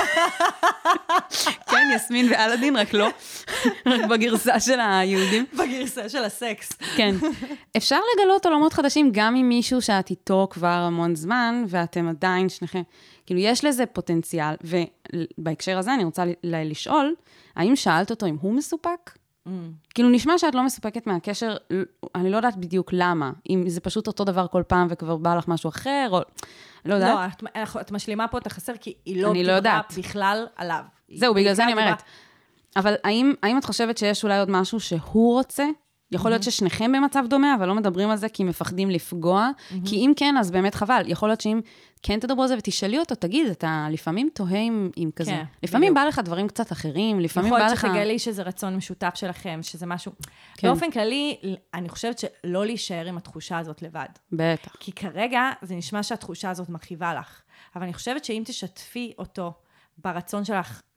כן, יסמין ואלאדין, רק לא. רק בגרסה של היהודים. בגרסה של הסקס. כן. אפשר לגלות עולמות חדשים גם עם מישהו שאת איתו כבר המון זמן, ואתם עדיין שניכם. כאילו, יש לזה פוטנציאל, ובהקשר הזה אני רוצה לשאול, האם שאלת אותו אם הוא מסופק? כאילו, נשמע שאת לא מסופקת מהקשר, אני לא יודעת בדיוק למה, אם זה פשוט אותו דבר כל פעם וכבר בא לך משהו אחר, או... לא יודעת. לא, את משלימה פה את החסר, כי היא לא דיברה בכלל עליו. זהו, בגלל זה אני אומרת. אבל האם את חושבת שיש אולי עוד משהו שהוא רוצה? יכול להיות ששניכם במצב דומה, אבל לא מדברים על זה כי מפחדים לפגוע, כי אם כן, אז באמת חבל. יכול להיות שאם כן תדברו על זה ותשאלי אותו, תגיד, אתה לפעמים תוהה עם כזה. לפעמים בא לך דברים קצת אחרים, לפעמים בא לך... יכול להיות שתגלי שזה רצון משותף שלכם, שזה משהו... באופן כללי, אני חושבת שלא להישאר עם התחושה הזאת לבד. בטח. כי כרגע זה נשמע שהתחושה הזאת מכאיבה לך. אבל אני חושבת שאם תשתפי אותו ברצון שלך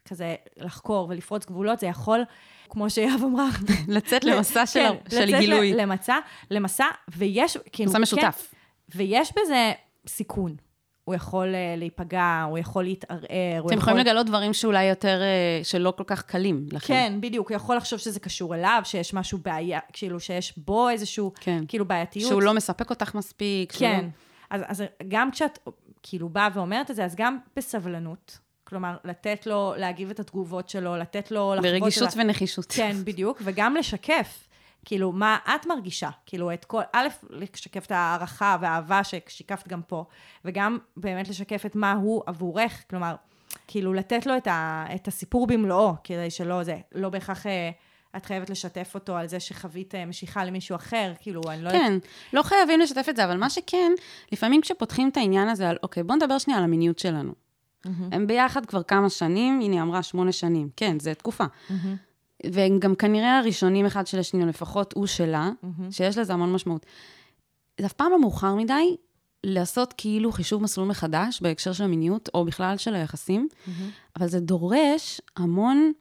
כזה לחקור ולפרוץ גבולות, זה יכול, כמו שיאב אמרה, לצאת למסע של גילוי. למסע, ויש, מסע משותף. ויש בזה סיכון. הוא יכול להיפגע, הוא יכול להתערער. אתם יכולים לגלות דברים שאולי יותר, שלא כל כך קלים לכם. כן, בדיוק. הוא יכול לחשוב שזה קשור אליו, שיש משהו בעיה, כאילו שיש בו איזשהו, כאילו בעייתיות. שהוא לא מספק אותך מספיק. כן. אז גם כשאת, כאילו, באה ואומרת את זה, אז גם בסבלנות, כלומר, לתת לו, להגיב את התגובות שלו, לתת לו לחוות... ברגישות ונחישות. כן, בדיוק. וגם לשקף. כאילו, מה את מרגישה? כאילו, את כל, א', לשקף את הערכה והאהבה ששיקפת גם פה, וגם באמת לשקף את מה הוא עבורך, כלומר, כאילו, לתת לו את הסיפור במלואו, כדי שלא זה, לא בהכרח את חייבת לשתף אותו על זה שחווית משיכה למישהו אחר, כאילו, אני לא... כן, לא חייבים לשתף את זה, אבל מה שכן, לפעמים כשפותחים את העניין הזה על, אוקיי, בוא נדבר שנייה על המיניות שלנו. הם ביחד כבר כמה שנים, הנה אמרה 8 שנים, כן, זה תקופה. וגם כנראה הראשונים אחד של השני, לפחות הוא שלה, שיש לזה המון משמעות. זה אף פעם לא מאוחר מדי לעשות כאילו חישוב מסלול מחדש בהקשר של המיניות, או בכלל של היחסים, אבל זה דורש המון...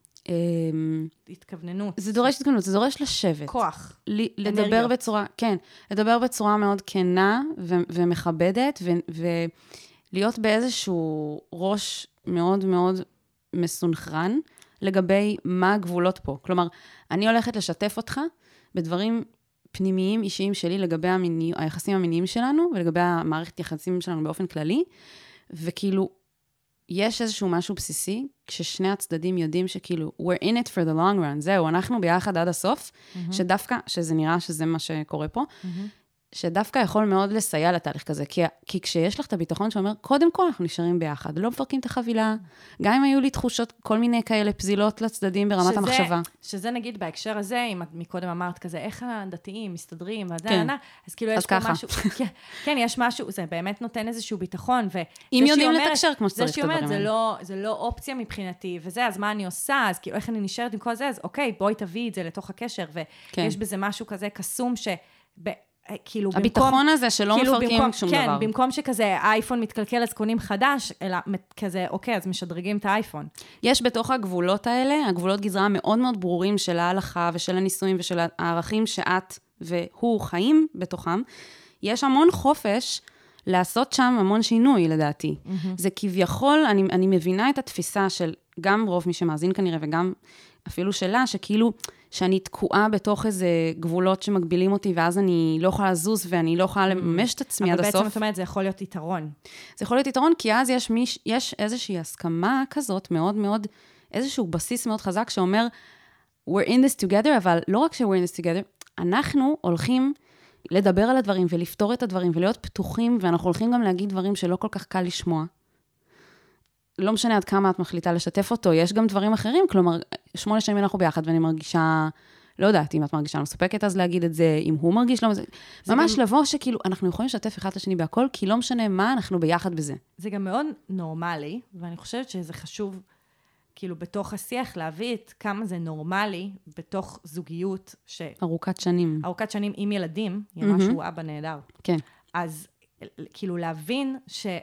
התכווננות. זה דורש התכווננות, זה דורש לשבת. כוח. לדבר בצורה, כן, לדבר בצורה מאוד כנה ומכבדת, ולהיות באיזשהו ראש מאוד מאוד מסונכרן, לגבי מה הגבולות פה. כלומר, אני הולכת לשתף אותך בדברים פנימיים, אישיים שלי, לגבי היחסים המיניים שלנו, ולגבי המערכת יחסים שלנו באופן כללי, וכאילו, יש איזשהו משהו בסיסי, כששני הצדדים יודעים שכאילו, we're in it for the long run, זהו, אנחנו ביחד עד הסוף, שדווקא, שזה נראה שזה מה שקורה פה, שדווקא יכול מאוד לסייע לתהליך כזה, כי כשיש לך את הביטחון שאומר, קודם כל אנחנו נשארים ביחד, לא מפרקים את החבילה, גם אם היו לי תחושות כל מיני כאלה פזילות לצדדים ברמת המחשבה. שזה נגיד בהקשר הזה, אם את מקודם אמרת כזה, איך הדתיים מסתדרים, אז כאילו יש פה משהו, כן, יש משהו, זה באמת נותן איזשהו ביטחון, אם יודעים לתקשר כמו שצריך את הדברים האלה. זה לא אופציה מבחינתי, וזה, אז מה אני עושה, אז כאילו איך אני נשארת עם כל זה, אז אוקיי, בואי תביאי את זה לתוך הקשר, ויש בזה משהו כזה קסום כאילו הביטחון הזה שלא מפרקים שום דבר. כן, במקום שכזה האייפון מתקלקל אז קונים חדש, אלא כזה, אוקיי, אז משדרגים את האייפון. יש בתוך הגבולות האלה, הגבולות גזרה מאוד מאוד ברורים של ההלכה ושל הניסויים ושל הערכים שאת והוא חיים בתוכם. יש המון חופש לעשות שם המון שינוי, לדעתי. זה כביכול, אני מבינה את התפיסה של גם רוב מי שמאזין כנראה וגם אפילו שלה, שכאילו... שאני תקועה בתוך איזה גבולות שמגבילים אותי, ואז אני לא יכולה לזוז, ואני לא יכולה לממש את עצמי עד הסוף. אבל בעצם את אומרת, זה יכול להיות יתרון. זה יכול להיות יתרון, כי אז יש איזושהי הסכמה כזאת, מאוד מאוד, איזשהו בסיס מאוד חזק, שאומר, we're in this together, אבל לא רק ש-we're in this together, אנחנו הולכים לדבר על הדברים, ולפתור את הדברים, ולהיות פתוחים, ואנחנו הולכים גם להגיד דברים שלא כל כך קל לשמוע. לא משנה עד כמה את מחליטה לשתף אותו, יש גם דברים אחרים, כלומר, 8 שנים אנחנו ביחד, ואני מרגישה, לא יודעת, אם את מרגישה לא מסופקת, אז להגיד את זה, אם הוא מרגיש לא, ממש גם... לבוא שכאילו, אנחנו יכולים לשתף אחד לשני בהכל, כי לא משנה מה, אנחנו ביחד בזה. זה גם מאוד נורמלי, ואני חושבת שזה חשוב, כאילו, בתוך השיח, להביא את כמה זה נורמלי, בתוך זוגיות, ארוכת שנים. ארוכת שנים עם ילדים, עם משהו אבא נהדר. כן. אז, כאילו, להבין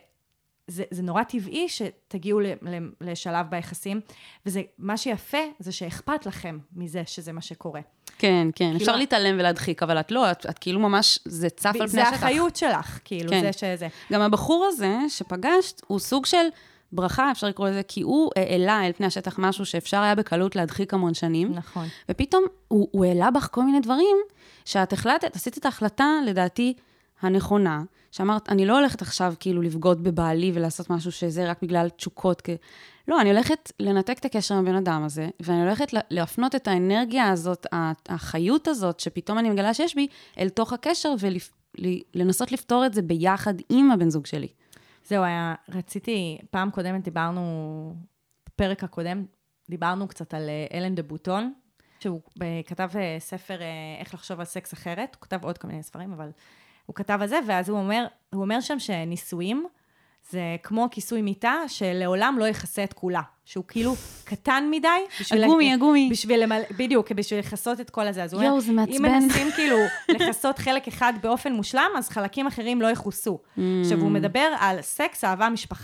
זה נורא טבעי שתגיעו לשלב ביחסים, וזה, מה שיפה זה שאכפת לכם מזה שזה מה שקורה. כן, כן, אפשר להתעלם ולהדחיק, אבל את לא, את כאילו ממש, זה צף על פני השטח. זה החיות שלך, כאילו, זה שזה. גם הבחור הזה שפגשת, הוא סוג של ברכה, אפשר לקרוא לזה, כי הוא העלה אל פני השטח משהו שאפשר היה בקלות להדחיק המון שנים. נכון. ופתאום הוא העלה בך כל מיני דברים, שאת החלטת, עשית את ההחלטה, לדעתי, הנכונה, שאמרת, אני לא הולכת עכשיו כאילו לבגוד בבעלי ולעשות משהו שזה רק בגלל תשוקות. לא, אני הולכת לנתק את הקשר עם הבן אדם הזה, ואני הולכת להפנות את האנרגיה הזאת, החיות הזאת, שפתאום אני מגלה שיש בי, אל תוך הקשר, ולנסות לפתור את זה ביחד עם הבן זוג שלי. זהו, רציתי, פעם קודמת דיברנו, בפרק הקודם, דיברנו קצת על אלן דה בוטון, שהוא כתב ספר איך לחשוב על סקס אחרת, הוא כתב עוד כל מיני ספרים, אבל הוא כתב על זה, ואז הוא אומר שם שניסויים, זה כמו כיסוי מיטה, שלעולם לא יכסה את כולה, שהוא כאילו קטן מדי, הגומי. בדיוק, בשביל לכסות את כל הזה. אז הוא אומר, אם מנסים כאילו לכסות חלק אחד באופן מושלם, אז חלקים אחרים לא יכוסו. עכשיו, הוא מדבר על סקס, אהבה, משפחה.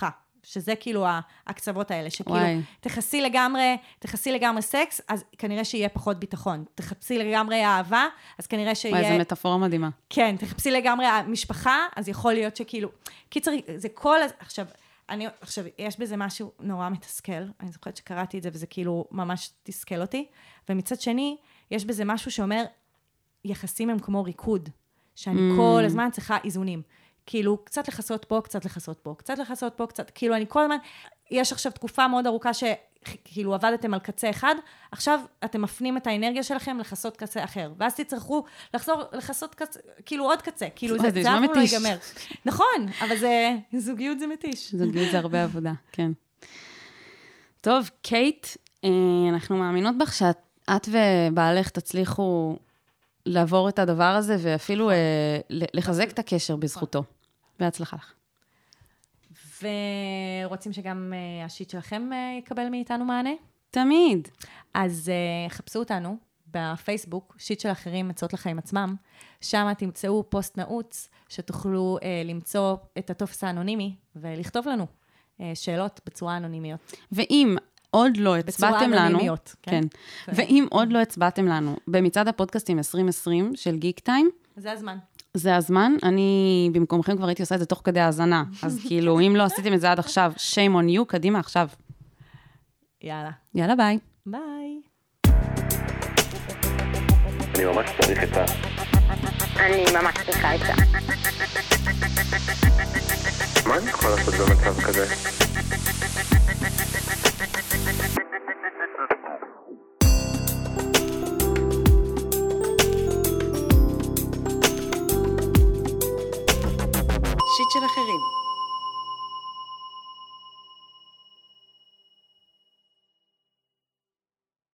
שזה כאילו הקצוות האלה, שכאילו, תחפשי לגמרי סקס, אז כנראה שיהיה פחות ביטחון. תחפשי לגמרי אהבה, אז כנראה שיהיה... וואי, זו מטאפורה מדהימה. כן, תחפשי לגמרי משפחה, אז יכול להיות שכאילו... קיצר, זה כל... עכשיו, יש בזה משהו נורא מתסכל, אני זוכרת שקראתי את זה, וזה כאילו ממש תסכל אותי, ומצד שני, יש בזה משהו שאומר, יחסים הם כמו ריקוד, שאני כל הזמן צריכה איזונים. כאילו, קצת לחסות פה, קצת לחסות פה, קצת לחסות פה, קצת, כאילו, אני כל הזמן, יש עכשיו תקופה מאוד ארוכה שכאילו עבדתם על קצה אחד, עכשיו אתם מפנים את האנרגיה שלכם לחסות קצה אחר, ואז תצטרכו לחזור לחסות קצה, כאילו עוד קצה, כאילו זה אף לא ייגמר. נכון, אבל זוגיות זה מתיש. זוגיות זה הרבה עבודה, כן. טוב, קייט, אנחנו מאמינות בך שאת ובעלך תצליחו לעבור את הדבר הזה, ואפילו לחזק את הקשר בזכותו. בהצלחה לך. ורוצים שגם השיט שלכם יקבל מאיתנו מענה? תמיד. אז חפשו אותנו בפייסבוק, שיט של אחרים מצאות לחיים עצמם. שם תמצאו פוסט נעוץ, שתוכלו למצוא את הטופס האנונימי, ולכתוב לנו שאלות בצורה אנונימיות. ואם עוד לא הצבעתם לנו, כן. ואם עוד לא הצבעתם לנו, במצעד הפודקאסטים 2020 של גיק טיים, זה הזמן. זה הזמן, אני במקומכם כבר הייתי עושה את זה תוך כדי האזנה, אז כאילו, אם לא עשיתם את זה עד עכשיו, shame on you, קדימה עכשיו. יאללה. יאללה, ביי. ביי. אני ממש צריך עצה. אני ממש צריכה עצה. מה אני יכול לעשות במצב כזה?